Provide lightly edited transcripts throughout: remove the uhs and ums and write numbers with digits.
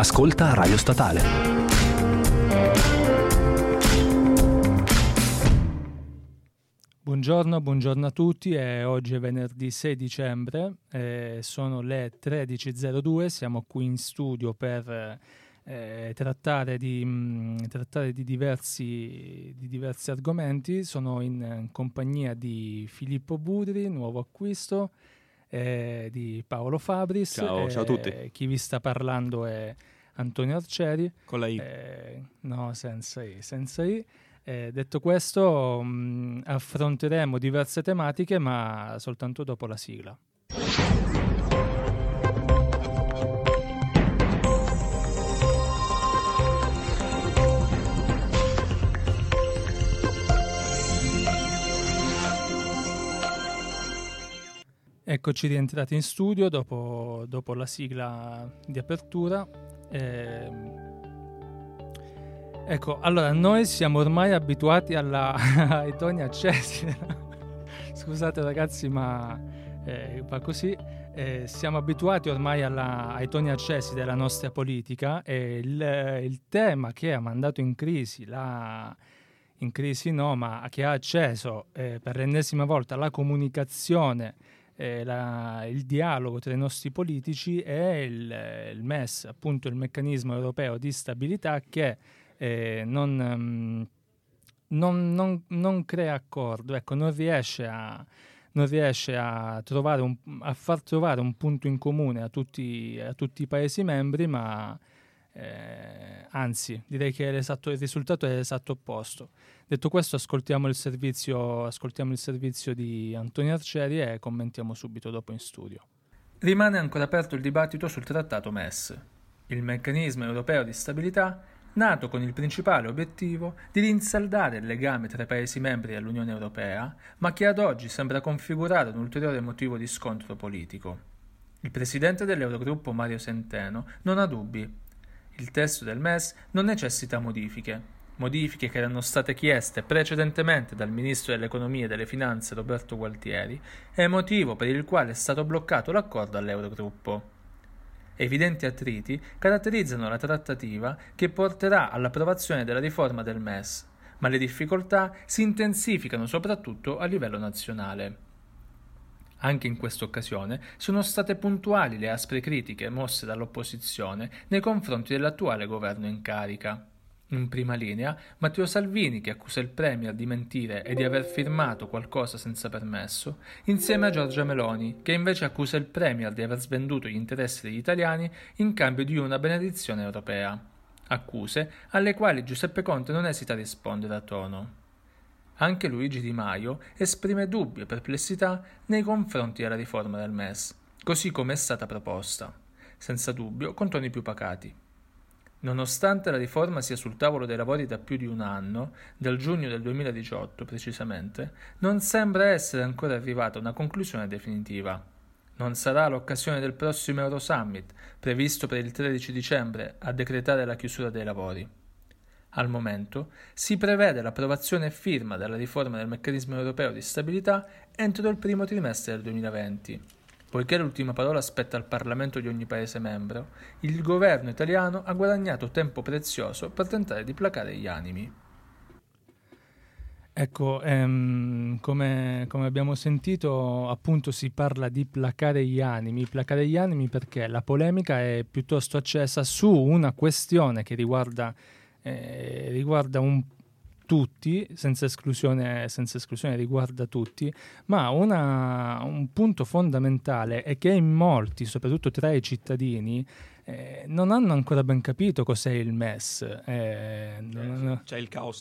Ascolta Radio Statale. Buongiorno a tutti, oggi è venerdì 6 dicembre, sono le 13.02, siamo qui in studio per trattare di diversi argomenti. Sono in compagnia di Filippo Budri, nuovo acquisto, di Paolo Fabris. Ciao a tutti. Chi vi sta parlando è Antonio Arcieri. Con la I. No, senza I. Detto questo, affronteremo diverse tematiche, ma soltanto dopo la sigla. Eccoci rientrati in studio dopo la sigla di apertura. Ecco, allora, noi siamo ormai abituati ai toni accesi. Scusate ragazzi, ma va così. Siamo abituati ormai ai toni accesi della nostra politica, e il tema che ha mandato in crisi ma che ha acceso per l'ennesima volta la comunicazione, il dialogo tra i nostri politici, è il MES, appunto il meccanismo europeo di stabilità, che non crea accordo, ecco, non riesce a far trovare un punto in comune a tutti i Paesi membri, ma anzi, direi che il risultato è l'esatto opposto. Detto questo, ascoltiamo il servizio di Antonio Arcieri e commentiamo subito dopo in studio. Rimane ancora aperto il dibattito sul trattato MES, il meccanismo europeo di stabilità, nato con il principale obiettivo di rinsaldare il legame tra i Paesi membri dell'Unione Europea, ma che ad oggi sembra configurare un ulteriore motivo di scontro politico. Il presidente dell'Eurogruppo, Mario Centeno, non ha dubbi. Il testo del MES non necessita modifiche che erano state chieste precedentemente dal Ministro dell'Economia e delle Finanze Roberto Gualtieri, è motivo per il quale è stato bloccato l'accordo all'Eurogruppo. Evidenti attriti caratterizzano la trattativa che porterà all'approvazione della riforma del MES, ma le difficoltà si intensificano soprattutto a livello nazionale. Anche in questa occasione sono state puntuali le aspre critiche mosse dall'opposizione nei confronti dell'attuale governo in carica. In prima linea, Matteo Salvini, che accusa il Premier di mentire e di aver firmato qualcosa senza permesso, insieme a Giorgia Meloni, che invece accusa il Premier di aver svenduto gli interessi degli italiani in cambio di una benedizione europea. Accuse alle quali Giuseppe Conte non esita a rispondere a tono. Anche Luigi Di Maio esprime dubbi e perplessità nei confronti della riforma del MES, così come è stata proposta, senza dubbio con toni più pacati. Nonostante la riforma sia sul tavolo dei lavori da più di un anno, dal giugno del 2018 precisamente, non sembra essere ancora arrivata a una conclusione definitiva. Non sarà l'occasione del prossimo Eurosummit, previsto per il 13 dicembre, a decretare la chiusura dei lavori. Al momento si prevede l'approvazione e firma della riforma del meccanismo europeo di stabilità entro il primo trimestre del 2020. Poiché l'ultima parola spetta al Parlamento di ogni Paese membro, il governo italiano ha guadagnato tempo prezioso per tentare di placare gli animi. Ecco, come abbiamo sentito, appunto si parla di placare gli animi perché la polemica è piuttosto accesa su una questione che riguarda tutti, senza esclusione riguarda tutti, ma un punto fondamentale è che in molti, soprattutto tra i cittadini, non hanno ancora ben capito cos'è il MES. C'è il caos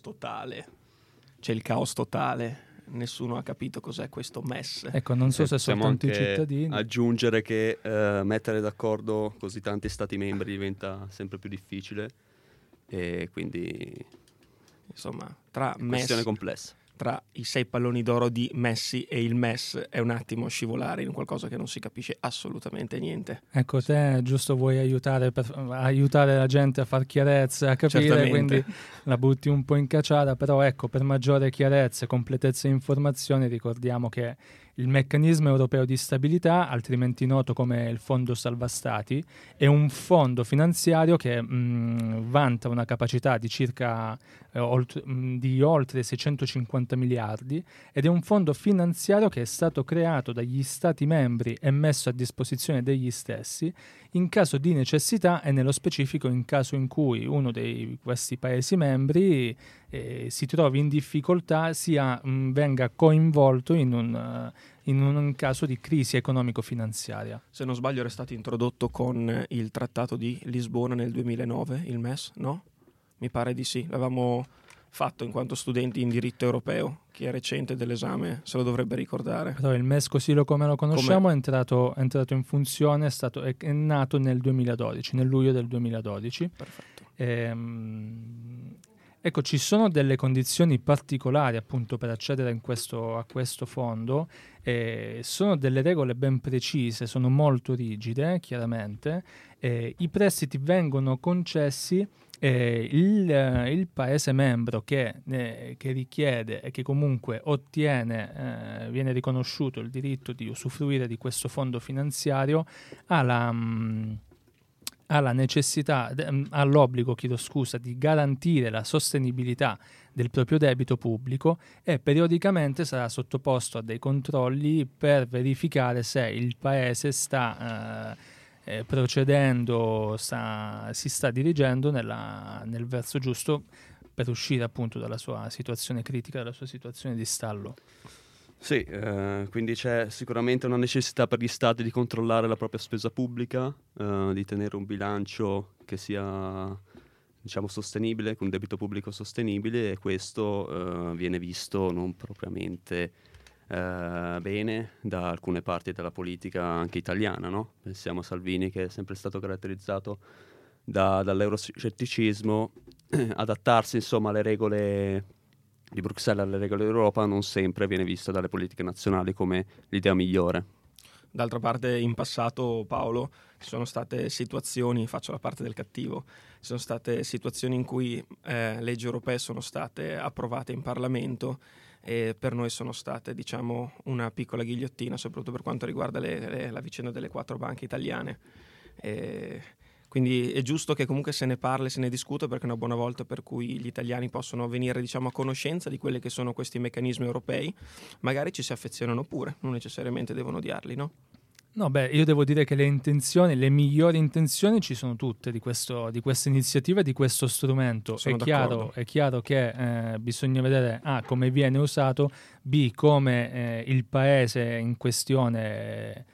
totale, nessuno ha capito cos'è questo MES. Ecco, non so se soltanto i cittadini. Aggiungere che mettere d'accordo così tanti stati membri diventa sempre più difficile, e quindi insomma, tra questione complessa. Tra i 6 palloni d'oro di Messi e il MES è un attimo scivolare in qualcosa che non si capisce assolutamente niente. Ecco, te giusto vuoi aiutare la gente a far chiarezza, a capire, certamente. Quindi la butti un po' in caciara, però ecco, per maggiore chiarezza e completezza di informazioni ricordiamo che il meccanismo europeo di stabilità, altrimenti noto come il Fondo Salva Stati, è un fondo finanziario che vanta una capacità di circa di oltre 650 miliardi ed è un fondo finanziario che è stato creato dagli Stati membri e messo a disposizione degli stessi in caso di necessità e nello specifico in caso in cui uno di questi Paesi membri si trovi in difficoltà, venga coinvolto in un caso di crisi economico-finanziaria. Se non sbaglio era stato introdotto con il Trattato di Lisbona nel 2009, il MES, no? Mi pare di sì, l'avevamo fatto in quanto studenti in diritto europeo. Chi è recente dell'esame se lo dovrebbe ricordare. Però il MES così come lo conosciamo è entrato in funzione, è nato nel 2012, nel luglio del 2012. Perfetto. Ecco, ci sono delle condizioni particolari appunto per accedere a questo fondo, sono delle regole ben precise, sono molto rigide, chiaramente. I prestiti vengono concessi, il Paese membro che richiede e che comunque ottiene, viene riconosciuto il diritto di usufruire di questo fondo finanziario, all'obbligo di garantire la sostenibilità del proprio debito pubblico e periodicamente sarà sottoposto a dei controlli per verificare se il Paese sta procedendo, si sta dirigendo nel verso giusto per uscire appunto dalla sua situazione critica, dalla sua situazione di stallo. Sì, quindi c'è sicuramente una necessità per gli stati di controllare la propria spesa pubblica, di tenere un bilancio che sia, diciamo, sostenibile, con un debito pubblico sostenibile, e questo viene visto non propriamente bene da alcune parti della politica anche italiana, no? Pensiamo a Salvini, che è sempre stato caratterizzato dall'euroscetticismo. Adattarsi insomma alle regole di Bruxelles, alle regole d'Europa, non sempre viene visto dalle politiche nazionali come l'idea migliore. D'altra parte in passato, Paolo, ci sono state situazioni, faccio la parte del cattivo, ci sono state situazioni in cui leggi europee sono state approvate in Parlamento e per noi sono state, diciamo, una piccola ghigliottina, soprattutto per quanto riguarda la vicenda delle 4 banche italiane. Quindi è giusto che comunque se ne parli, se ne discuta, perché è una buona volta per cui gli italiani possono venire, diciamo, a conoscenza di quelli che sono questi meccanismi europei. Magari ci si affezionano pure, non necessariamente devono odiarli, no? No, beh, io devo dire che le migliori intenzioni ci sono tutte di questa iniziativa, di questo strumento. È chiaro che bisogna vedere A, come viene usato, B, come il paese in questione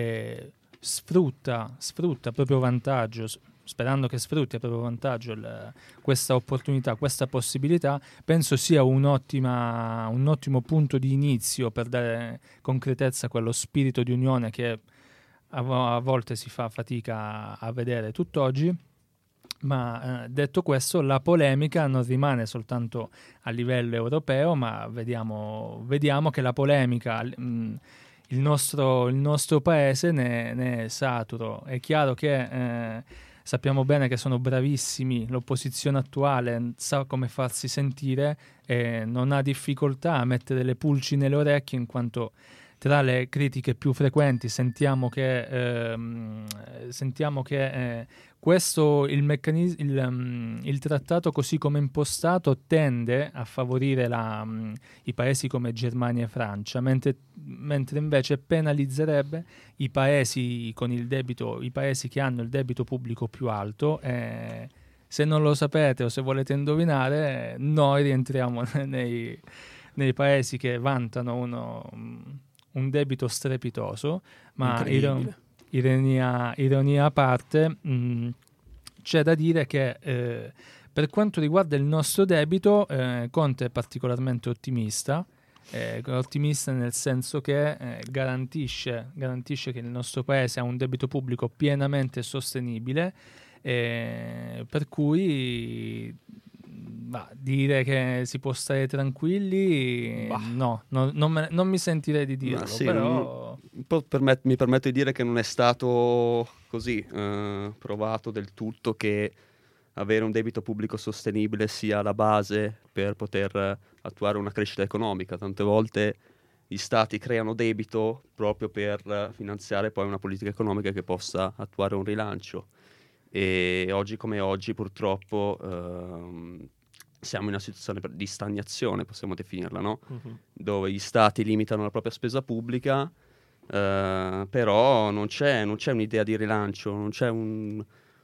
sfrutta a proprio vantaggio, sperando che sfrutti a proprio vantaggio questa opportunità, questa possibilità. Penso sia un ottimo punto di inizio per dare concretezza a quello spirito di unione che a volte si fa fatica a vedere tutt'oggi. Ma detto questo, la polemica non rimane soltanto a livello europeo, ma vediamo che la polemica, il nostro paese ne è saturo. È chiaro che sappiamo bene che sono bravissimi, l'opposizione attuale sa come farsi sentire e non ha difficoltà a mettere le pulci nelle orecchie, in quanto tra le critiche più frequenti sentiamo che questo il trattato così come impostato tende a favorire i paesi come Germania e Francia, mentre invece penalizzerebbe i paesi con il debito, i paesi che hanno il debito pubblico più alto. Se non lo sapete o se volete indovinare, noi rientriamo nei paesi che vantano un debito strepitoso, ma ironia a parte, c'è da dire che per quanto riguarda il nostro debito, Conte è particolarmente ottimista nel senso che garantisce che il nostro paese ha un debito pubblico pienamente sostenibile, per cui dire che si può stare tranquilli, no, non mi sentirei di dirlo, sì, però mi permetto di dire che non è stato così provato del tutto che avere un debito pubblico sostenibile sia la base per poter attuare una crescita economica. Tante volte gli stati creano debito proprio per finanziare poi una politica economica che possa attuare un rilancio. E oggi come oggi purtroppo siamo in una situazione di stagnazione, possiamo definirla, no? Dove gli stati limitano la propria spesa pubblica, però non c'è un'idea di rilancio, non c'è un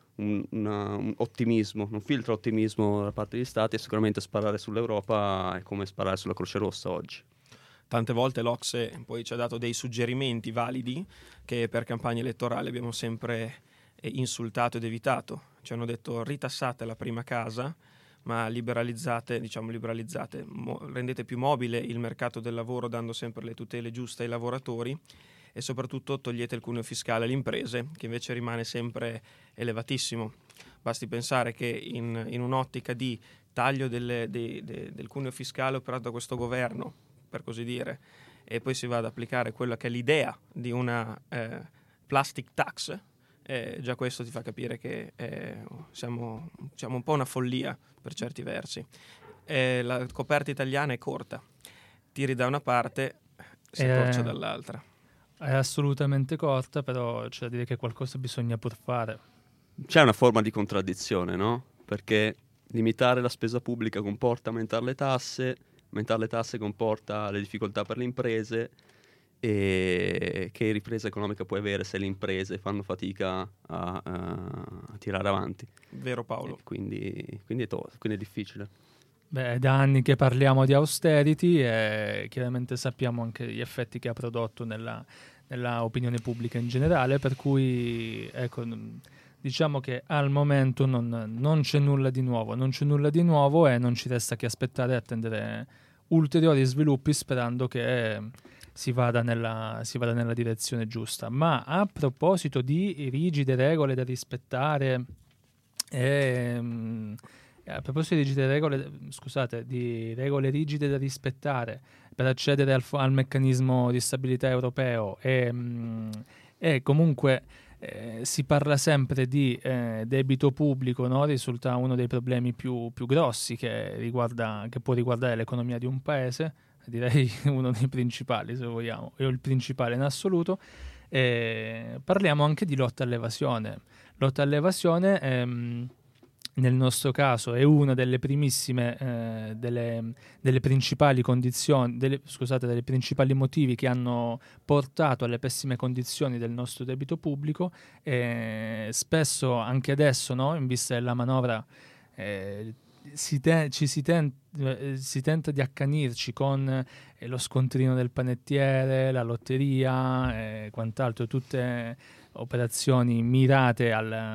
ottimismo, un filtro ottimismo da parte degli stati, e sicuramente sparare sull'Europa è come sparare sulla Croce Rossa oggi. Tante volte l'Ocse poi ci ha dato dei suggerimenti validi che per campagna elettorale abbiamo sempre insultato ed evitato. Ci hanno detto: ritassate la prima casa, ma liberalizzate, rendete più mobile il mercato del lavoro dando sempre le tutele giuste ai lavoratori, e soprattutto togliete il cuneo fiscale alle imprese, che invece rimane sempre elevatissimo. Basti pensare che in un'ottica di taglio del cuneo fiscale operato da questo governo, per così dire, e poi si va ad applicare quella che è l'idea di una plastic tax, già questo ti fa capire che siamo un po' una follia per certi versi. La coperta italiana è corta, tiri da una parte, si accorcia dall'altra. È assolutamente corta, però c'è da dire che qualcosa bisogna pur fare. C'è una forma di contraddizione, no? Perché limitare la spesa pubblica comporta aumentare le tasse comporta le difficoltà per le imprese, e che ripresa economica puoi avere se le imprese fanno fatica a tirare avanti. Vero Paolo? Quindi è difficile. Beh, è da anni che parliamo di austerity e chiaramente sappiamo anche gli effetti che ha prodotto nella opinione pubblica in generale, per cui ecco, diciamo che al momento non c'è nulla di nuovo, e non ci resta che aspettare e attendere ulteriori sviluppi, sperando che si vada nella direzione giusta. Ma a proposito di rigide regole da rispettare a proposito di regole rigide da rispettare per accedere al meccanismo di stabilità europeo, e comunque si parla sempre di debito pubblico, no? Risulta uno dei problemi più grossi che può riguardare l'economia di un paese, direi uno dei principali, se vogliamo, o il principale in assoluto. Parliamo anche di lotta all'evasione. Nel nostro caso è una delle primissime delle principali condizioni, dei principali motivi che hanno portato alle pessime condizioni del nostro debito pubblico. Spesso anche adesso, no, in vista della manovra, si tenta di accanirci con lo scontrino del panettiere, la lotteria e quant'altro, tutte operazioni mirate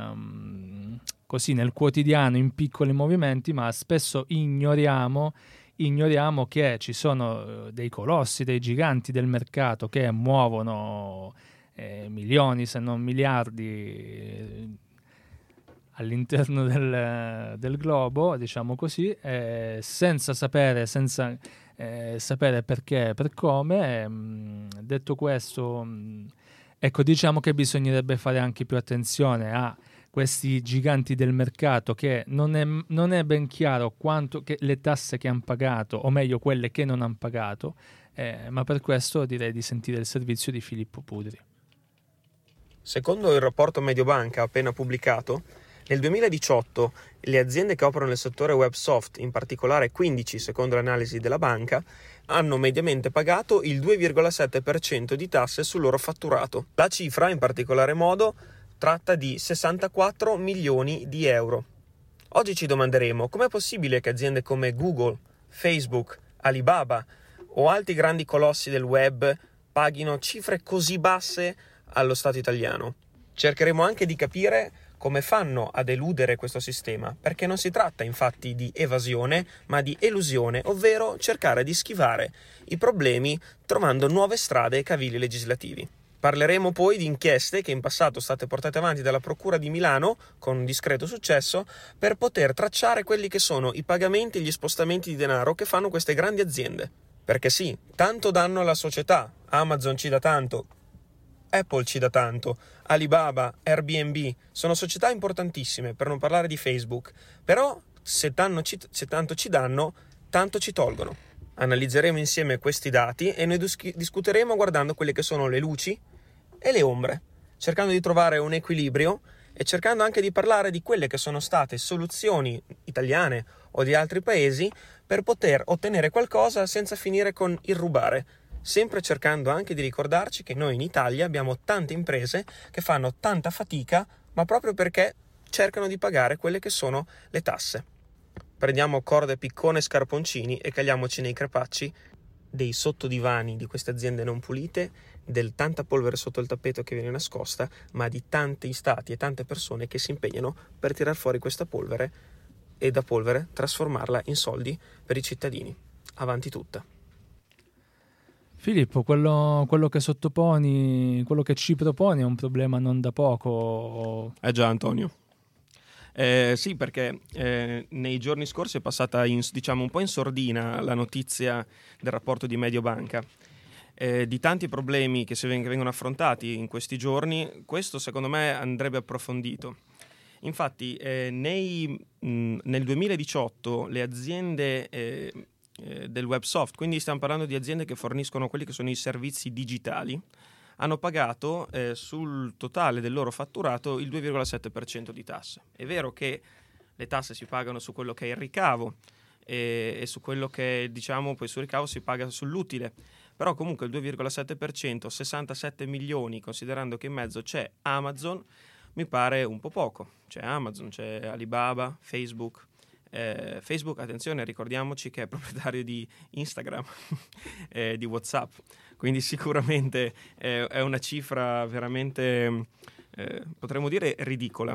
così nel quotidiano, in piccoli movimenti, ma spesso ignoriamo che ci sono dei colossi, dei giganti del mercato che muovono milioni, se non miliardi, all'interno del globo, diciamo così, senza sapere perché, per come. Detto questo, ecco, diciamo che bisognerebbe fare anche più attenzione a questi giganti del mercato, che non è ben chiaro quanto le tasse che hanno pagato, o meglio quelle che non hanno pagato, ma per questo direi di sentire il servizio di Filippo Pudri. Secondo il rapporto Mediobanca appena pubblicato, nel 2018 le aziende che operano nel settore websoft, in particolare 15 secondo l'analisi della banca, hanno mediamente pagato il 2,7% di tasse sul loro fatturato. La cifra, in particolare modo, tratta di 64 milioni di euro. Oggi ci domanderemo: com'è possibile che aziende come Google, Facebook, Alibaba o altri grandi colossi del web paghino cifre così basse allo Stato italiano? Cercheremo anche di capire come fanno ad eludere questo sistema, perché non si tratta infatti di evasione, ma di elusione, ovvero cercare di schivare i problemi trovando nuove strade e cavilli legislativi. Parleremo poi di inchieste che in passato sono state portate avanti dalla Procura di Milano con discreto successo per poter tracciare quelli che sono i pagamenti e gli spostamenti di denaro che fanno queste grandi aziende. Perché sì, tanto danno alla società, Amazon ci dà tanto, Apple ci dà tanto, Alibaba, Airbnb, sono società importantissime, per non parlare di Facebook, però se tanto ci danno, tanto ci tolgono. Analizzeremo insieme questi dati e noi discuteremo guardando quelle che sono le luci e le ombre, cercando di trovare un equilibrio e cercando anche di parlare di quelle che sono state soluzioni italiane o di altri paesi per poter ottenere qualcosa senza finire con il rubare, sempre cercando anche di ricordarci che noi in Italia abbiamo tante imprese che fanno tanta fatica, ma proprio perché cercano di pagare quelle che sono le tasse. Prendiamo corde, piccone e scarponcini e caliamoci nei crepacci dei sottodivani di queste aziende non pulite, del tanta polvere sotto il tappeto che viene nascosta, ma di tanti stati e tante persone che si impegnano per tirar fuori questa polvere e da polvere trasformarla in soldi per i cittadini. Avanti tutta. Filippo, quello che sottoponi, quello che ci proponi è un problema non da poco. Già, Antonio. Sì, perché nei giorni scorsi è passata diciamo un po' in sordina la notizia del rapporto di Mediobanca. Di tanti problemi che vengono affrontati in questi giorni, questo secondo me andrebbe approfondito. Infatti nel 2018 le aziende del websoft, quindi stiamo parlando di aziende che forniscono quelli che sono i servizi digitali, hanno pagato sul totale del loro fatturato il 2,7% di tasse. È vero che le tasse si pagano su quello che è il ricavo e su quello che, diciamo, poi sul ricavo si paga sull'utile, però comunque il 2,7%, 67 milioni, considerando che in mezzo c'è Amazon, mi pare un po' poco. C'è Amazon, c'è Alibaba, Facebook. Facebook, attenzione, ricordiamoci che è proprietario di Instagram, di WhatsApp, quindi sicuramente è una cifra veramente, potremmo dire, ridicola.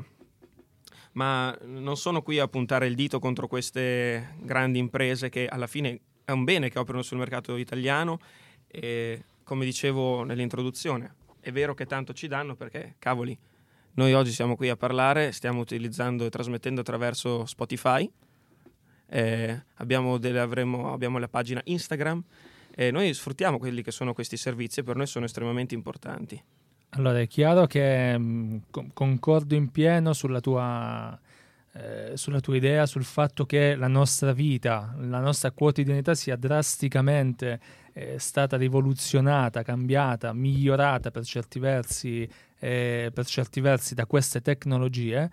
Ma non sono qui a puntare il dito contro queste grandi imprese che alla fine è un bene che operano sul mercato italiano e, come dicevo nell'introduzione, è vero che tanto ci danno perché, cavoli, noi oggi siamo qui a parlare, stiamo utilizzando e trasmettendo attraverso Spotify, abbiamo la pagina Instagram e noi sfruttiamo quelli che sono questi servizi e per noi sono estremamente importanti. Allora è chiaro che concordo in pieno sulla tua idea, sul fatto che la nostra vita, la nostra quotidianità sia drasticamente stata rivoluzionata, cambiata, migliorata per certi versi da queste tecnologie.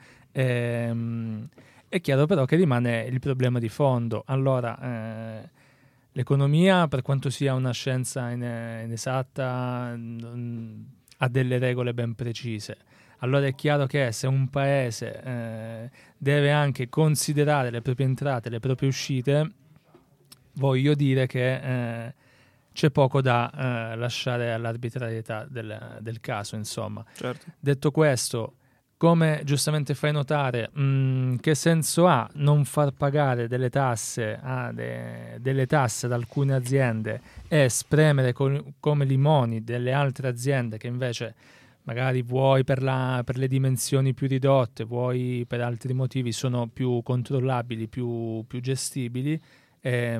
È chiaro però che rimane il problema di fondo. Allora, l'economia, per quanto sia una scienza inesatta, ha delle regole ben precise. Allora è chiaro che se un paese deve anche considerare le proprie entrate, le proprie uscite, voglio dire che c'è poco da lasciare all'arbitrarietà del caso, insomma. Certo. Detto questo, come giustamente fai notare, che senso ha non far pagare delle tasse delle tasse ad alcune aziende e spremere come limoni delle altre aziende che invece magari vuoi per le dimensioni più ridotte, vuoi per altri motivi sono più controllabili, più gestibili. C'è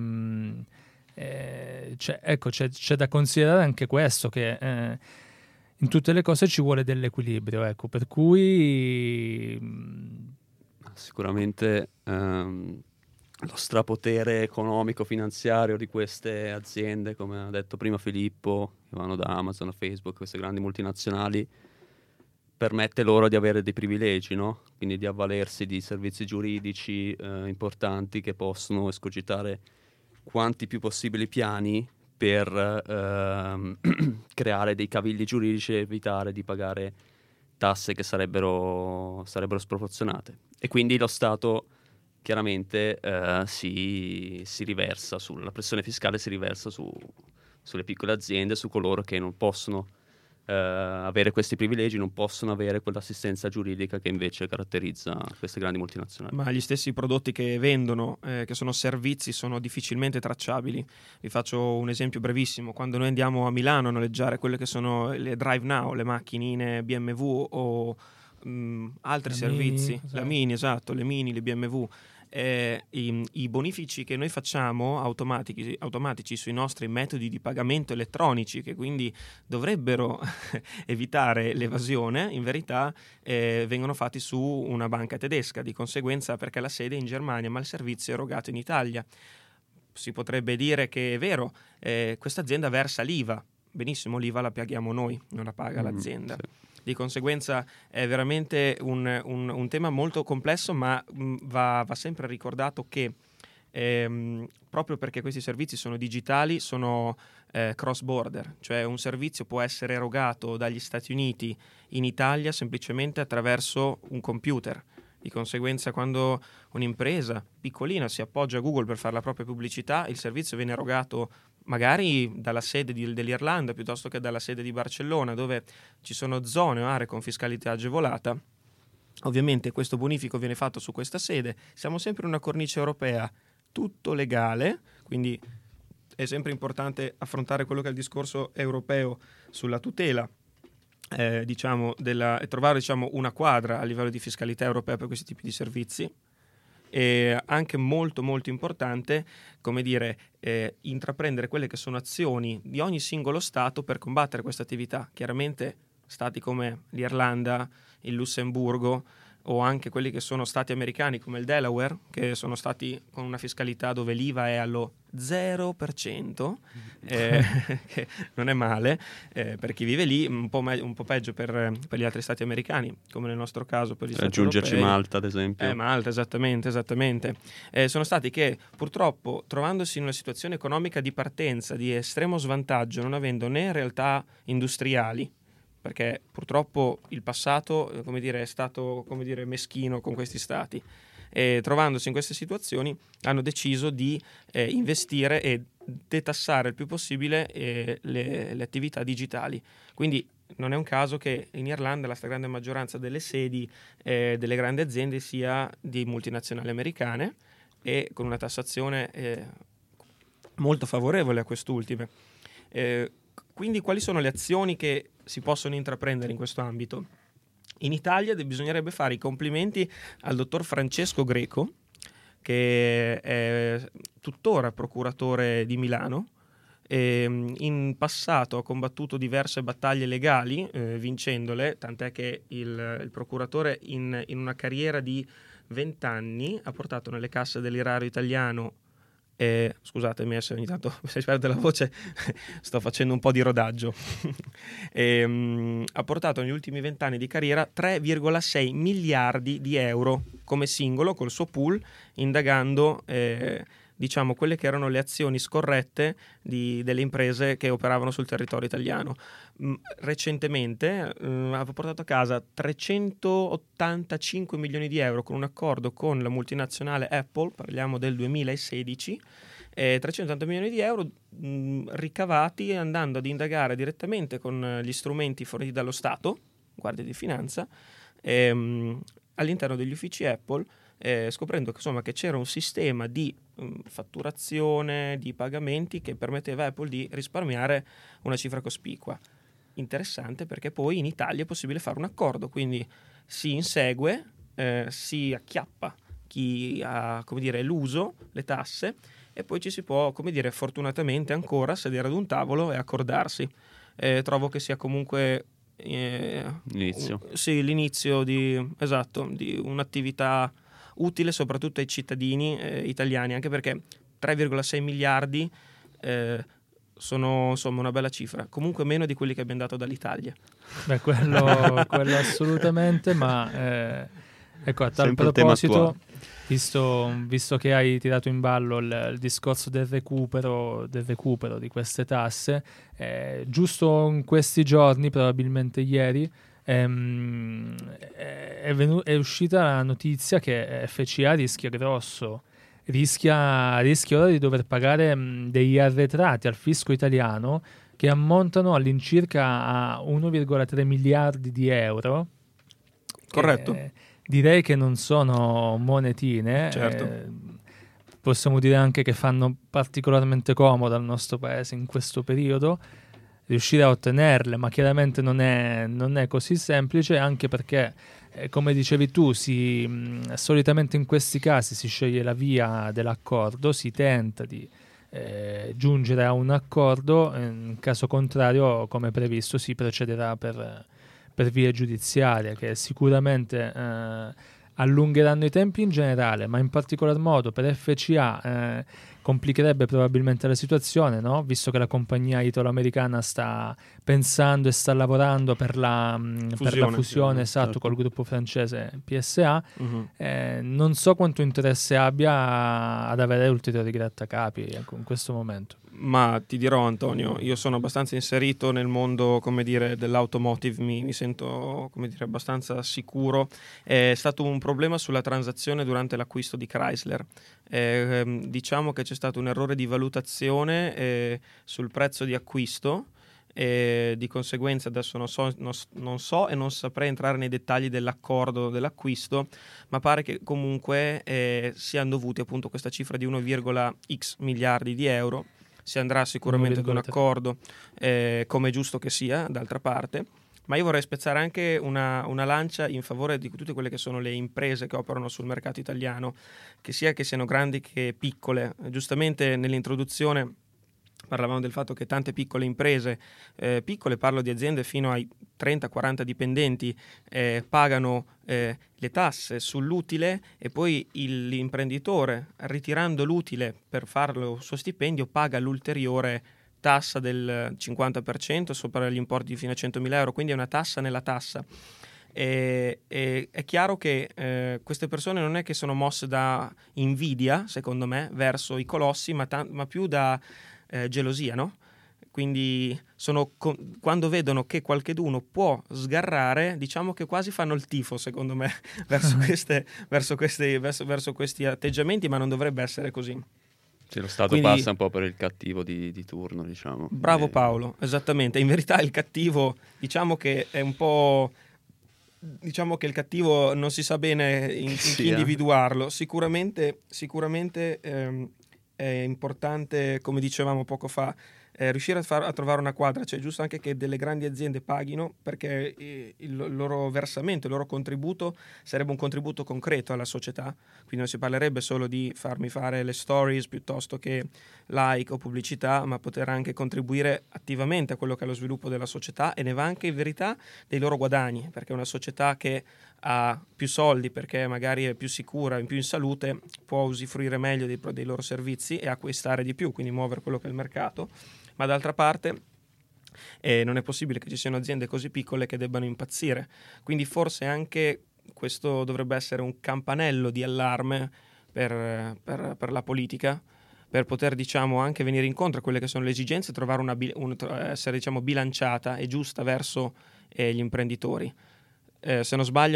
da considerare anche questo, che in tutte le cose ci vuole dell'equilibrio, ecco, per cui sicuramente lo strapotere economico-finanziario di queste aziende, come ha detto prima Filippo, che vanno da Amazon a Facebook, queste grandi multinazionali, permette loro di avere dei privilegi, no? Quindi di avvalersi di servizi giuridici importanti che possono escogitare quanti più possibili piani per creare dei cavilli giuridici e evitare di pagare tasse che sarebbero sproporzionate. E quindi lo Stato chiaramente si riversa la pressione fiscale si riversa sulle piccole aziende, su coloro che non possono avere questi privilegi, non possono avere quell'assistenza giuridica che invece caratterizza queste grandi multinazionali. Ma gli stessi prodotti che vendono, che sono servizi, sono difficilmente tracciabili. Vi faccio un esempio brevissimo: quando noi andiamo a Milano a noleggiare quelle che sono le Drive Now, le macchinine BMW o altri servizi, la Mini, esatto, le Mini, le BMW, i bonifici che noi facciamo automatici sui nostri metodi di pagamento elettronici, che quindi dovrebbero evitare l'evasione, in verità vengono fatti su una banca tedesca, di conseguenza, perché la sede è in Germania ma il servizio è erogato in Italia. si potrebbe dire che è vero, questa azienda versa l'IVA. Benissimo, l'IVA la paghiamo noi, non la paga l'azienda. Sì. Di conseguenza è veramente un tema molto complesso, ma va sempre ricordato che proprio perché questi servizi sono digitali, sono cross border, cioè un servizio può essere erogato dagli Stati Uniti in Italia semplicemente attraverso un computer. Di conseguenza, quando un'impresa piccolina si appoggia a Google per fare la propria pubblicità, il servizio viene erogato magari dalla sede dell'Irlanda piuttosto che dalla sede di Barcellona, dove ci sono zone o aree con fiscalità agevolata. Ovviamente questo bonifico viene fatto su questa sede. Siamo sempre in una cornice europea, tutto legale, quindi è sempre importante affrontare quello che è il discorso europeo sulla tutela e trovare una quadra a livello di fiscalità europea per questi tipi di servizi. E anche molto molto importante, intraprendere quelle che sono azioni di ogni singolo Stato per combattere questa attività. Chiaramente stati come l'Irlanda, il Lussemburgo o anche quelli che sono stati americani come il Delaware, che sono stati con una fiscalità dove l'IVA è allo 0%, che non è male per chi vive lì, un po' peggio per gli altri stati americani, come nel nostro caso per gli stati aggiungerci europei. Malta, ad esempio. Malta, esattamente. Sono stati che purtroppo, trovandosi in una situazione economica di partenza di estremo svantaggio, non avendo né realtà industriali, perché purtroppo il passato è stato meschino con questi stati, e trovandosi in queste situazioni hanno deciso di investire e detassare il più possibile le attività digitali. Quindi non è un caso che in Irlanda la stragrande maggioranza delle sedi delle grandi aziende sia di multinazionali americane e con una tassazione molto favorevole a quest'ultime. Quindi quali sono le azioni che si possono intraprendere in questo ambito? In Italia bisognerebbe fare i complimenti al dottor Francesco Greco, che è tuttora procuratore di Milano. In passato ha combattuto diverse battaglie legali, vincendole, tant'è che il procuratore in una carriera di 20 anni ha portato nelle casse dell'erario italiano. Scusatemi se ogni tanto si perde la voce, sto facendo un po' di rodaggio. Ha portato negli ultimi 20 anni di carriera 3,6 miliardi di euro come singolo col suo pool, indagando quelle che erano le azioni scorrette delle imprese che operavano sul territorio italiano. Recentemente ha portato a casa 385 milioni di euro con un accordo con la multinazionale Apple, parliamo del 2016, 380 milioni di euro ricavati andando ad indagare direttamente con gli strumenti forniti dallo Stato, Guardia di Finanza, all'interno degli uffici Apple, scoprendo che c'era un sistema di fatturazione, di pagamenti che permetteva a Apple di risparmiare una cifra cospicua. Interessante, perché poi in Italia è possibile fare un accordo, quindi si insegue, si acchiappa chi ha eluso le tasse e poi ci si può fortunatamente ancora sedere ad un tavolo e accordarsi. Trovo che sia comunque l'inizio di un'attività utile soprattutto ai cittadini italiani, anche perché 3,6 miliardi sono insomma una bella cifra, comunque meno di quelli che abbiamo dato dall'Italia. Beh, quello assolutamente, ma ecco, a tal proposito, visto che hai tirato in ballo il discorso del recupero di queste tasse, giusto in questi giorni, probabilmente ieri, è uscita la notizia che FCA rischia grosso, rischia ora di dover pagare degli arretrati al fisco italiano che ammontano all'incirca a 1,3 miliardi di euro. Corretto. Direi che non sono monetine. Certo. Possiamo dire anche che fanno particolarmente comodo al nostro paese in questo periodo riuscire a ottenerle, ma chiaramente non è così semplice, anche perché come dicevi tu, solitamente in questi casi si sceglie la via dell'accordo, si tenta di giungere a un accordo, in caso contrario, come previsto, si procederà per vie giudiziarie, che sicuramente allungheranno i tempi in generale, ma in particolar modo per FCA, complicherebbe probabilmente la situazione, no? Visto che la compagnia italo-americana sta pensando e sta lavorando per la fusione, esatto, certo. col gruppo francese PSA. Mhm. Non so quanto interesse abbia ad avere ulteriori grattacapi, ecco, in questo momento. Ma ti dirò, Antonio, io sono abbastanza inserito nel mondo, come dire, dell'automotive, mi sento, come dire, abbastanza sicuro. È stato un problema sulla transazione durante l'acquisto di Chrysler. Diciamo che c'è stato un errore di valutazione sul prezzo di acquisto. E di conseguenza adesso non so e non saprei entrare nei dettagli dell'accordo dell'acquisto, ma pare che comunque siano dovuti appunto questa cifra di 1,x miliardi di euro. Si andrà sicuramente ad un 1,3. accordo, come è giusto che sia, d'altra parte. Ma io vorrei spezzare anche una lancia in favore di tutte quelle che sono le imprese che operano sul mercato italiano, che siano grandi che piccole. Giustamente nell'introduzione parlavamo del fatto che tante piccole imprese, piccole parlo di aziende fino ai 30-40 dipendenti, pagano le tasse sull'utile e poi l'imprenditore, ritirando l'utile per farlo suo stipendio, paga l'ulteriore tassa del 50% sopra gli importi fino a 100.000 euro, quindi è una tassa nella tassa. È chiaro che queste persone non è che sono mosse da invidia, secondo me, verso i colossi, ma più da gelosia, no? Quindi quando vedono che qualcheduno può sgarrare, diciamo che quasi fanno il tifo, secondo me, verso questi atteggiamenti, ma non dovrebbe essere così. Sì, lo Stato Quindi, passa un po' per il cattivo di turno, diciamo. Bravo Paolo, esattamente. In verità il cattivo, diciamo che è un po'... Diciamo che il cattivo non si sa bene in chi individuarlo. Sicuramente è importante, come dicevamo poco fa, riuscire a trovare una quadra. Cioè è giusto anche che delle grandi aziende paghino, perché il loro versamento, il loro contributo sarebbe un contributo concreto alla società, quindi non si parlerebbe solo di farmi fare le stories piuttosto che like o pubblicità, ma poter anche contribuire attivamente a quello che è lo sviluppo della società, e ne va anche in verità dei loro guadagni, perché una società che ha più soldi perché magari è più sicura, più in salute, può usufruire meglio dei loro servizi e acquistare di più, quindi muovere quello che è il mercato. Ma d'altra parte non è possibile che ci siano aziende così piccole che debbano impazzire, quindi forse anche questo dovrebbe essere un campanello di allarme per la politica, per poter, diciamo, anche venire incontro a quelle che sono le esigenze e trovare essere, diciamo, bilanciata e giusta verso gli imprenditori. Se non sbaglio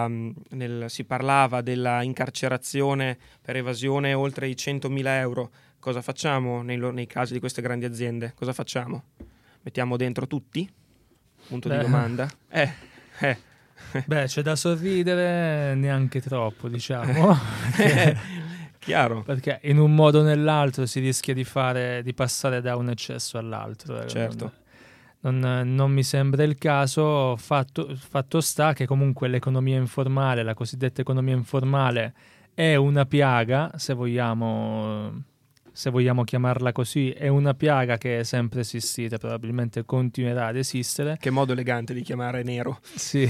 si parlava della incarcerazione per evasione oltre i 100.000 euro. Cosa facciamo nei casi di queste grandi aziende? Cosa facciamo? Mettiamo dentro tutti? Punto di domanda. Beh, c'è da sorridere neanche troppo, diciamo. Chiaro. Perché in un modo o nell'altro si rischia di passare da un eccesso all'altro. Certo. Non mi sembra il caso. Fatto sta che comunque l'economia informale, la cosiddetta economia informale, è una piaga, se vogliamo chiamarla così, è una piaga che è sempre esistita, probabilmente continuerà ad esistere. Che modo elegante di chiamare nero. Sì.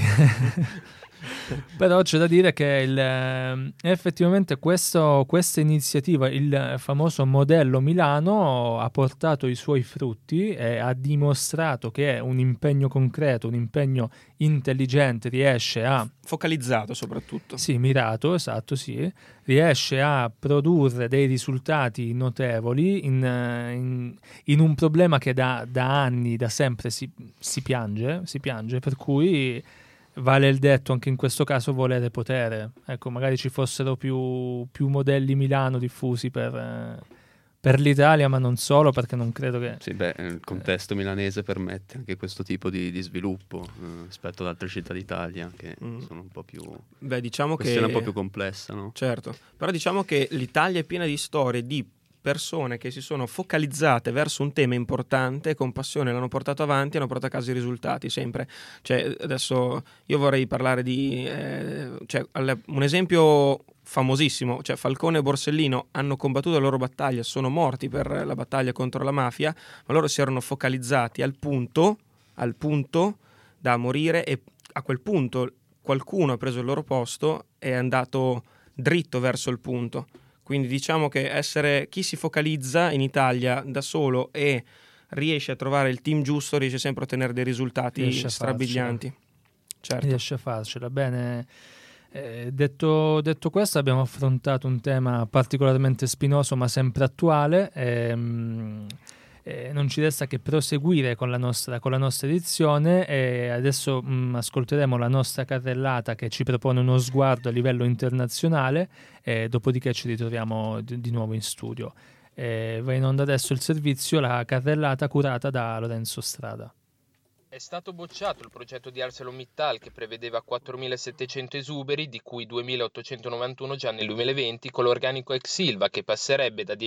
Però c'è da dire che effettivamente questa iniziativa, il famoso modello Milano, ha portato i suoi frutti e ha dimostrato che un impegno concreto, un impegno intelligente riesce a... Focalizzato soprattutto. Sì, mirato, esatto, sì. Riesce a produrre dei risultati notevoli in un problema che da anni, da sempre si piange, per cui... Vale il detto anche in questo caso volere potere. Ecco, magari ci fossero più modelli Milano diffusi per l'Italia, ma non solo, perché non credo che... Sì, il contesto milanese permette anche questo tipo di sviluppo rispetto ad altre città d'Italia che sono un po' più... diciamo che è un po' più complessa, no? Certo, però diciamo che l'Italia è piena di storie di persone che si sono focalizzate verso un tema importante e con passione l'hanno portato avanti e hanno portato a casa i risultati sempre. Cioè, adesso io vorrei parlare di un esempio famosissimo, cioè Falcone e Borsellino hanno combattuto la loro battaglia, sono morti per la battaglia contro la mafia, ma loro si erano focalizzati al punto da morire, e a quel punto qualcuno ha preso il loro posto e è andato dritto verso il punto. Quindi diciamo che chi si focalizza in Italia da solo e riesce a trovare il team giusto, riesce sempre a ottenere dei risultati strabilianti. Certo. Riesce a farcela. Bene, detto questo, abbiamo affrontato un tema particolarmente spinoso ma sempre attuale. Non ci resta che proseguire con la nostra edizione e adesso ascolteremo la nostra carrellata che ci propone uno sguardo a livello internazionale e dopodiché ci ritroviamo di nuovo in studio. Va in onda adesso il servizio, la carrellata curata da Lorenzo Strada. È stato bocciato il progetto di ArcelorMittal che prevedeva 4.700 esuberi, di cui 2.891 già nel 2020, con l'organico ex Ilva che passerebbe da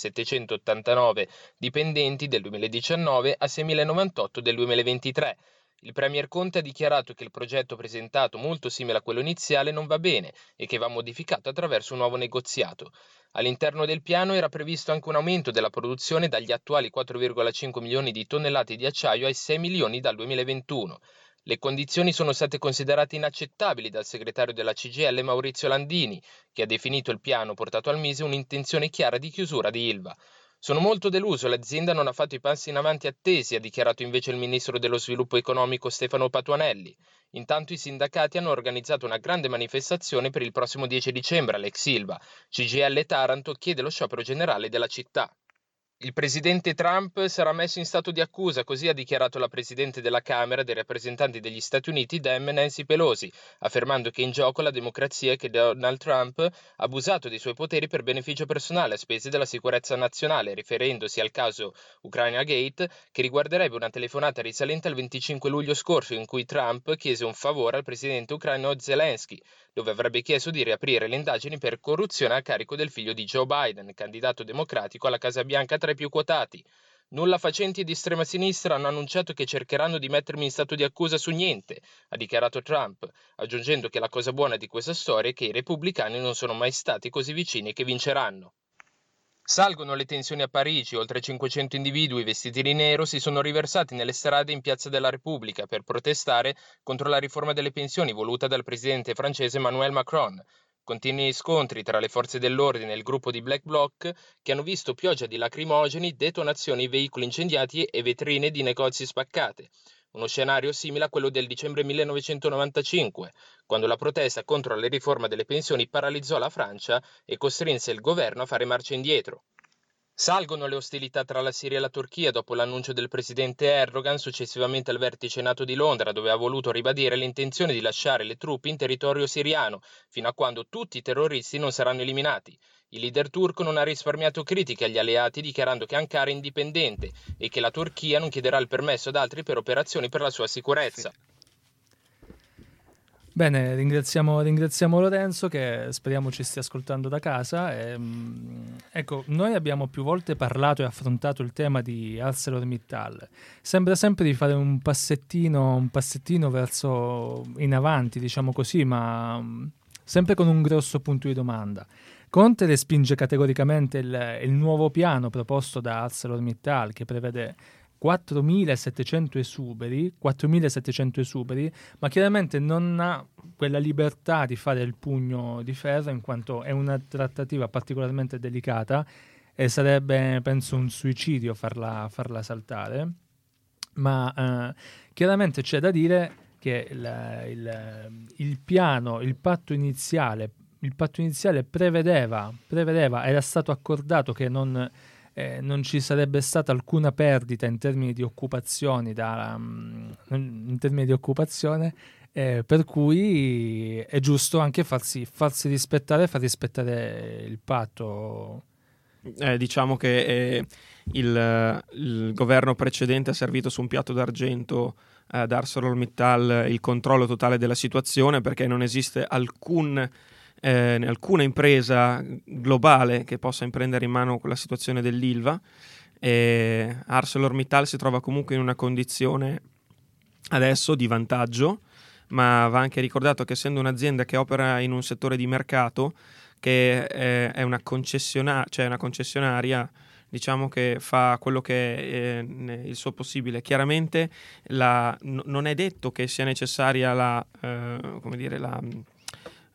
10.789 dipendenti del 2019 a 6.098 del 2023. Il Premier Conte ha dichiarato che il progetto presentato, molto simile a quello iniziale, non va bene e che va modificato attraverso un nuovo negoziato. All'interno del piano era previsto anche un aumento della produzione dagli attuali 4,5 milioni di tonnellate di acciaio ai 6 milioni dal 2021. Le condizioni sono state considerate inaccettabili dal segretario della CGIL Maurizio Landini, che ha definito il piano portato al Mise un'intenzione chiara di chiusura di Ilva. Sono molto deluso, l'azienda non ha fatto i passi in avanti attesi, ha dichiarato invece il ministro dello sviluppo economico Stefano Patuanelli. Intanto i sindacati hanno organizzato una grande manifestazione per il prossimo 10 dicembre all'ex Ilva. CGIL Taranto chiede lo sciopero generale della città. Il presidente Trump sarà messo in stato di accusa, così ha dichiarato la presidente della Camera dei rappresentanti degli Stati Uniti, Dem Nancy Pelosi, affermando che è in gioco la democrazia e che Donald Trump ha abusato dei suoi poteri per beneficio personale a spese della sicurezza nazionale, riferendosi al caso Ukraine Gate, che riguarderebbe una telefonata risalente al 25 luglio scorso in cui Trump chiese un favore al presidente ucraino Zelensky, dove avrebbe chiesto di riaprire le indagini per corruzione a carico del figlio di Joe Biden, candidato democratico alla Casa Bianca tra i più quotati. Nulla facenti di estrema sinistra hanno annunciato che cercheranno di mettermi in stato di accusa su niente, ha dichiarato Trump, aggiungendo che la cosa buona di questa storia è che i repubblicani non sono mai stati così vicini e che vinceranno. Salgono le tensioni a Parigi, oltre 500 individui vestiti di nero si sono riversati nelle strade in Piazza della Repubblica per protestare contro la riforma delle pensioni voluta dal presidente francese Emmanuel Macron. Continui scontri tra le forze dell'ordine e il gruppo di Black Bloc che hanno visto pioggia di lacrimogeni, detonazioni, veicoli incendiati e vetrine di negozi spaccate. Uno scenario simile a quello del dicembre 1995, quando la protesta contro la riforma delle pensioni paralizzò la Francia e costrinse il governo a fare marcia indietro. Salgono le ostilità tra la Siria e la Turchia dopo l'annuncio del presidente Erdogan successivamente al vertice NATO di Londra, dove ha voluto ribadire l'intenzione di lasciare le truppe in territorio siriano, fino a quando tutti i terroristi non saranno eliminati. Il leader turco non ha risparmiato critiche agli alleati, dichiarando che Ankara è indipendente e che la Turchia non chiederà il permesso ad altri per operazioni per la sua sicurezza. Bene, ringraziamo Lorenzo che speriamo ci stia ascoltando da casa. Ecco, noi abbiamo più volte parlato e affrontato il tema di ArcelorMittal. Sembra sempre di fare un passettino verso in avanti, diciamo così, ma sempre con un grosso punto di domanda. Conte respinge categoricamente il nuovo piano proposto da ArcelorMittal che prevede 4.700 esuberi, ma chiaramente non ha quella libertà di fare il pugno di ferro in quanto è una trattativa particolarmente delicata e sarebbe, penso, un suicidio farla saltare. Ma chiaramente c'è da dire che il patto iniziale prevedeva, era stato accordato che non ci sarebbe stata alcuna perdita in termini di occupazione, per cui è giusto anche farsi rispettare, far rispettare il patto. Diciamo che il governo precedente ha servito su un piatto d'argento ad ArcelorMittal il controllo totale della situazione, perché non esiste alcuna impresa globale che possa imprendere in mano quella situazione dell'Ilva. ArcelorMittal si trova comunque in una condizione adesso di vantaggio, ma va anche ricordato che essendo un'azienda che opera in un settore di mercato che è una concessionaria, diciamo che fa quello che è il suo possibile. Chiaramente non è detto che sia necessaria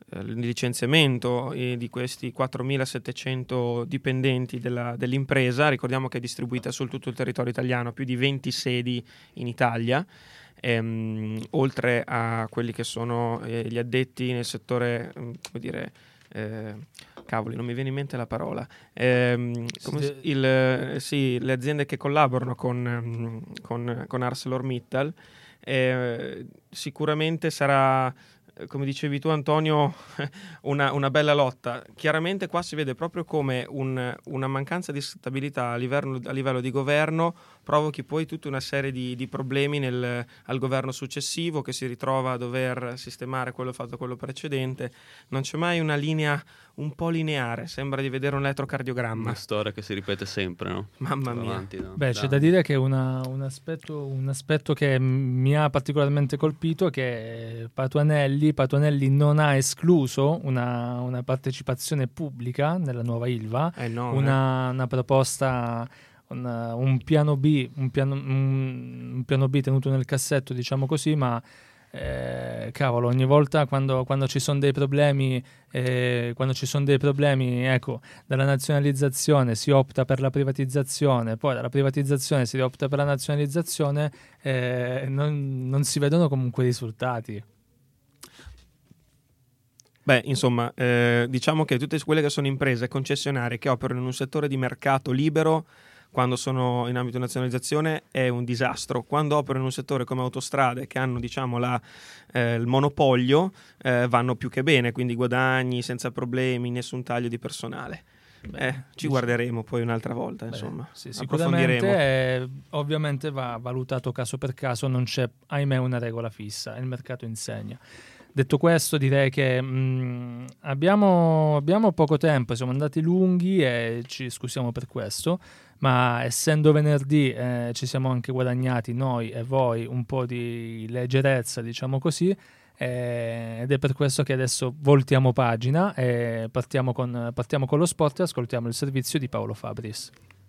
il licenziamento di questi 4.700 dipendenti dell'impresa. Ricordiamo che è distribuita su tutto il territorio italiano, più di 20 sedi in Italia, oltre a quelli che sono gli addetti nel settore, come dire, cavoli, non mi viene in mente la parola, le aziende che collaborano con ArcelorMittal. Sicuramente sarà, come dicevi tu Antonio, una bella lotta. Chiaramente qua si vede proprio come una mancanza di stabilità a livello di governo provochi poi tutta una serie di problemi al governo successivo, che si ritrova a dover sistemare quello fatto quello precedente. Non c'è mai una linea un po' lineare, sembra di vedere un elettrocardiogramma. Una storia che si ripete sempre, no? Mamma mia. Avanti, no? Beh, c'è da dire che un aspetto che mi ha particolarmente colpito è che Patuanelli non ha escluso una partecipazione pubblica nella nuova Ilva, una proposta, un piano B, un piano B tenuto nel cassetto, diciamo così, ma cavolo, ogni volta quando ci sono dei problemi, ecco, dalla nazionalizzazione si opta per la privatizzazione, poi dalla privatizzazione si opta per la nazionalizzazione, non si vedono comunque risultati. Beh, insomma, diciamo che tutte quelle che sono imprese concessionarie che operano in un settore di mercato libero, quando sono in ambito di nazionalizzazione è un disastro. Quando operano in un settore come autostrade, che hanno, diciamo, il monopolio, vanno più che bene, quindi guadagni senza problemi, nessun taglio di personale. Ci guarderemo poi un'altra volta, insomma. Sì, sicuramente ovviamente va valutato caso per caso, non c'è ahimè una regola fissa, il mercato insegna. Detto questo, direi che abbiamo poco tempo, siamo andati lunghi e ci scusiamo per questo, ma essendo venerdì ci siamo anche guadagnati noi e voi un po' di leggerezza, diciamo così, ed è per questo che adesso voltiamo pagina e partiamo con lo sport e ascoltiamo il servizio di Paolo Fabris.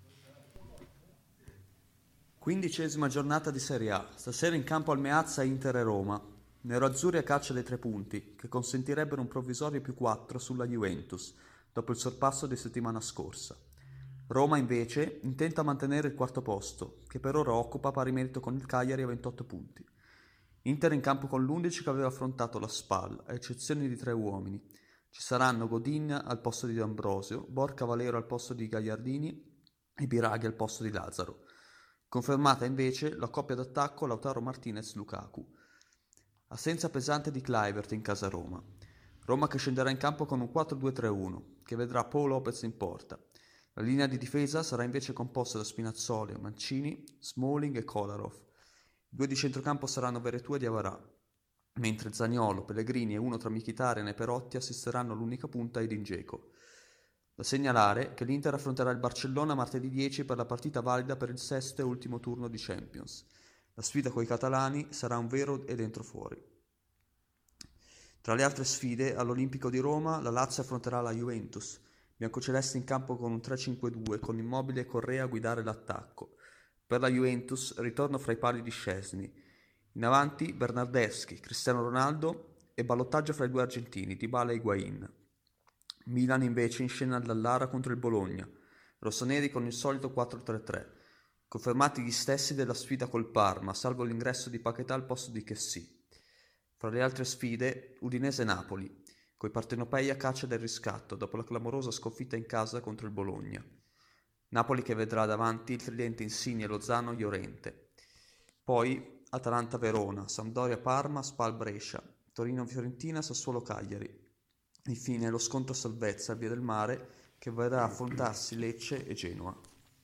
15ª giornata di Serie A, stasera in campo al Meazza Inter e Roma. Nerazzurri a caccia dei 3 punti, che consentirebbero un provvisorio +4 sulla Juventus, dopo il sorpasso di settimana scorsa. Roma, invece, intenta mantenere il 4º posto, che per ora occupa pari merito con il Cagliari a 28 punti. Inter in campo con l'11 che aveva affrontato la SPAL, a eccezione di 3 uomini. Ci saranno Godin al posto di D'Ambrosio, Borca Valero al posto di Gagliardini e Biraghi al posto di Lazzaro. Confermata invece la coppia d'attacco Lautaro Martinez-Lukaku. Assenza pesante di Kluivert in casa Roma. Roma che scenderà in campo con un 4-2-3-1, che vedrà Pau Lopez in porta. La linea di difesa sarà invece composta da Spinazzoli, Mancini, Smalling e Kolarov. I 2 di centrocampo saranno Veretout e Diawara, mentre Zaniolo, Pellegrini e uno tra Mkhitaryan e Perotti assisteranno l'unica punta a Edin Dzeko. Da segnalare che l'Inter affronterà il Barcellona martedì 10 per la partita valida per il 6º e ultimo turno di Champions. La sfida coi catalani sarà un vero e dentro fuori. Tra le altre sfide, all'Olimpico di Roma la Lazio affronterà la Juventus, biancoceleste in campo con un 3-5-2 con Immobile e Correa a guidare l'attacco. Per la Juventus ritorno fra i pali di Szczesny. In avanti Bernardeschi, Cristiano Ronaldo e ballottaggio fra i 2 argentini, Dybala e Higuain. Milan invece in scena dall'Ara contro il Bologna, rossoneri con il solito 4-3-3. Confermati gli stessi della sfida col Parma, salvo l'ingresso di Paquetá al posto di Chessy. Fra le altre sfide, Udinese-Napoli, coi partenopei a caccia del riscatto dopo la clamorosa sconfitta in casa contro il Bologna. Napoli che vedrà davanti il tridente Insigne, Lozano, Llorente. Poi Atalanta-Verona, Sampdoria-Parma, Spal-Brescia, Torino-Fiorentina, Sassuolo-Cagliari. Infine lo scontro a salvezza a Via del Mare che vedrà affrontarsi Lecce e Genoa.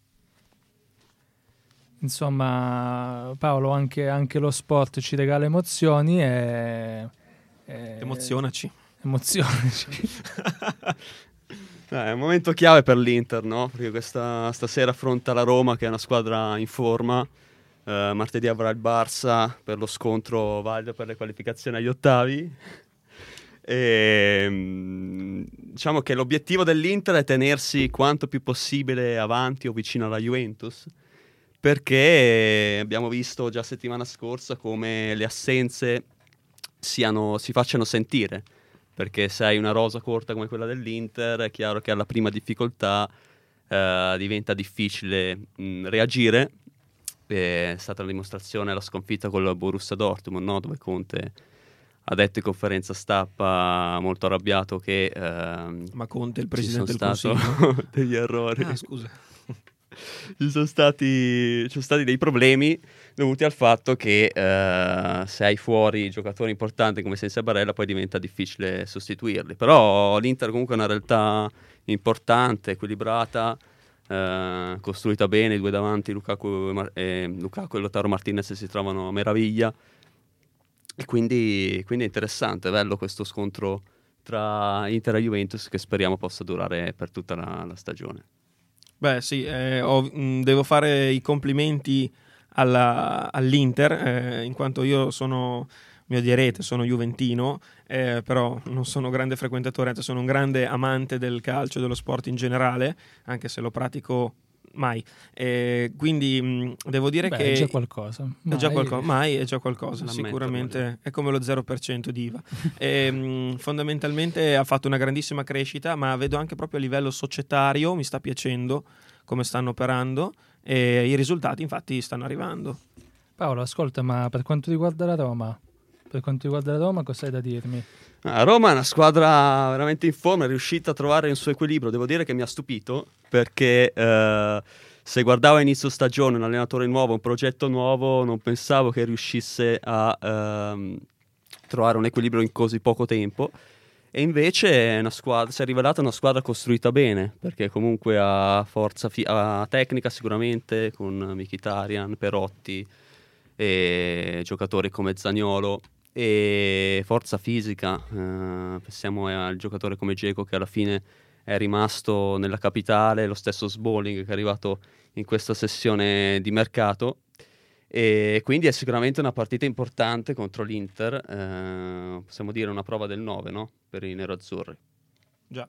Insomma, Paolo, anche lo sport ci regala emozioni e Emozionaci. È un momento chiave per l'Inter, no? Perché stasera affronta la Roma, che è una squadra in forma. Martedì avrà il Barça per lo scontro valido per le qualificazioni agli ottavi. Diciamo che l'obiettivo dell'Inter è tenersi quanto più possibile avanti o vicino alla Juventus, perché abbiamo visto già settimana scorsa come le assenze si facciano sentire. perché se hai una rosa corta come quella dell'Inter è chiaro che alla prima difficoltà diventa difficile reagire. È stata la dimostrazione la sconfitta con la Borussia Dortmund, no? Dove Conte ha detto in conferenza stampa molto arrabbiato che ma Conte, il presidente del Consiglio, degli errori. Scusa. Ci sono stati dei problemi dovuti al fatto che se hai fuori giocatori importanti come Senza Barella poi diventa difficile sostituirli. Però l'Inter comunque è una realtà importante, equilibrata, costruita bene, i due davanti Lukaku e Lautaro Martinez si trovano a meraviglia, e quindi è interessante, è bello questo scontro tra Inter e Juventus che speriamo possa durare per tutta la stagione. Beh sì, devo fare i complimenti all'Inter, in quanto io mi odierete, sono juventino, però non sono grande frequentatore, anzi sono un grande amante del calcio e dello sport in generale, anche se lo pratico mai. Quindi devo dire che è già qualcosa. Mai è già qualcosa, L'ammetterlo, sicuramente è come lo 0% di IVA. Fondamentalmente ha fatto una grandissima crescita, ma vedo anche proprio a livello societario, mi sta piacendo come stanno operando e i risultati infatti stanno arrivando. Paolo, ascolta, ma per quanto riguarda la Roma, cosa hai da dirmi? Roma è una squadra veramente in forma, è riuscita a trovare il suo equilibrio. Devo dire che mi ha stupito perché se guardavo a inizio stagione un allenatore nuovo, un progetto nuovo, non pensavo che riuscisse a trovare un equilibrio in così poco tempo. E invece si è rivelata una squadra costruita bene, perché comunque ha forza ha tecnica sicuramente, con Mkhitaryan, Perotti e giocatori come Zaniolo, e forza fisica. Pensiamo al giocatore come Dzeko che alla fine è rimasto nella capitale, lo stesso Smalling che è arrivato in questa sessione di mercato, e quindi è sicuramente una partita importante contro l'Inter, possiamo dire una prova del 9, no? Per i nerazzurri. Già.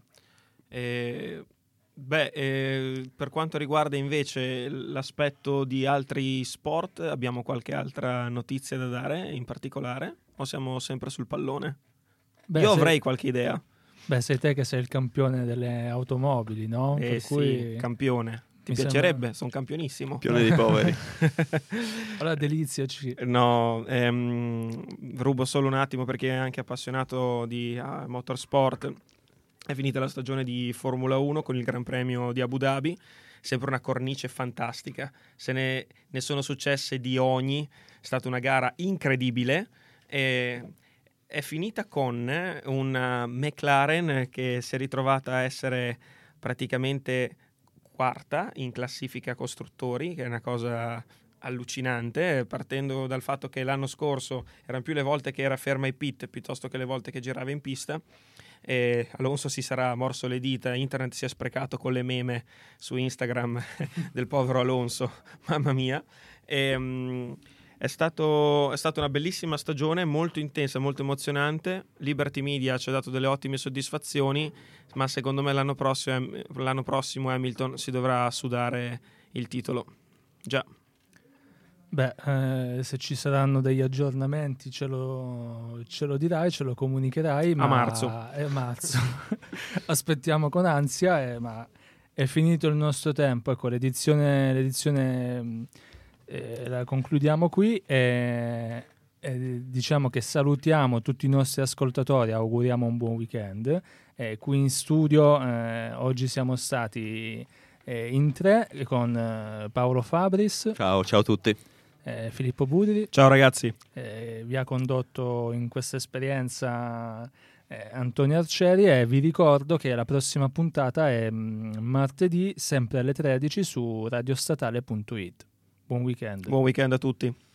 Per quanto riguarda invece l'aspetto di altri sport, abbiamo qualche altra notizia da dare in particolare? O siamo sempre sul pallone? Io avrei qualche idea. Beh, sei te che sei il campione delle automobili, no? Per cui campione. Ti piacerebbe? Sono campionissimo. Campione dei poveri. Allora deliziaci. No, rubo solo un attimo perché è anche appassionato di motorsport. È finita la stagione di Formula 1 con il Gran Premio di Abu Dhabi, sempre una cornice fantastica. Ne sono successe di ogni, è stata una gara incredibile. È finita con una McLaren che si è ritrovata a essere praticamente quarta in classifica costruttori, che è una cosa allucinante, partendo dal fatto che l'anno scorso erano più le volte che era ferma ai pit piuttosto che le volte che girava in pista. Alonso si sarà morso le dita, internet si è sprecato con le meme su Instagram del povero Alonso, mamma mia. È stata una bellissima stagione, molto intensa, molto emozionante. Liberty Media ci ha dato delle ottime soddisfazioni, ma secondo me l'anno prossimo Hamilton si dovrà sudare il titolo. Già. Beh, se ci saranno degli aggiornamenti ce lo dirai, ce lo comunicherai. A marzo. Aspettiamo con ansia, ma è finito il nostro tempo. Ecco, l'edizione la concludiamo qui e diciamo che salutiamo tutti i nostri ascoltatori, auguriamo un buon weekend. Qui in studio oggi siamo stati in 3 con Paolo Fabris. Ciao a tutti. Filippo Budri. Ciao ragazzi. Vi ha condotto in questa esperienza Antonio Arcieri, e vi ricordo che la prossima puntata è martedì sempre alle 13 su radiostatale.it. Buon weekend. Buon weekend a tutti.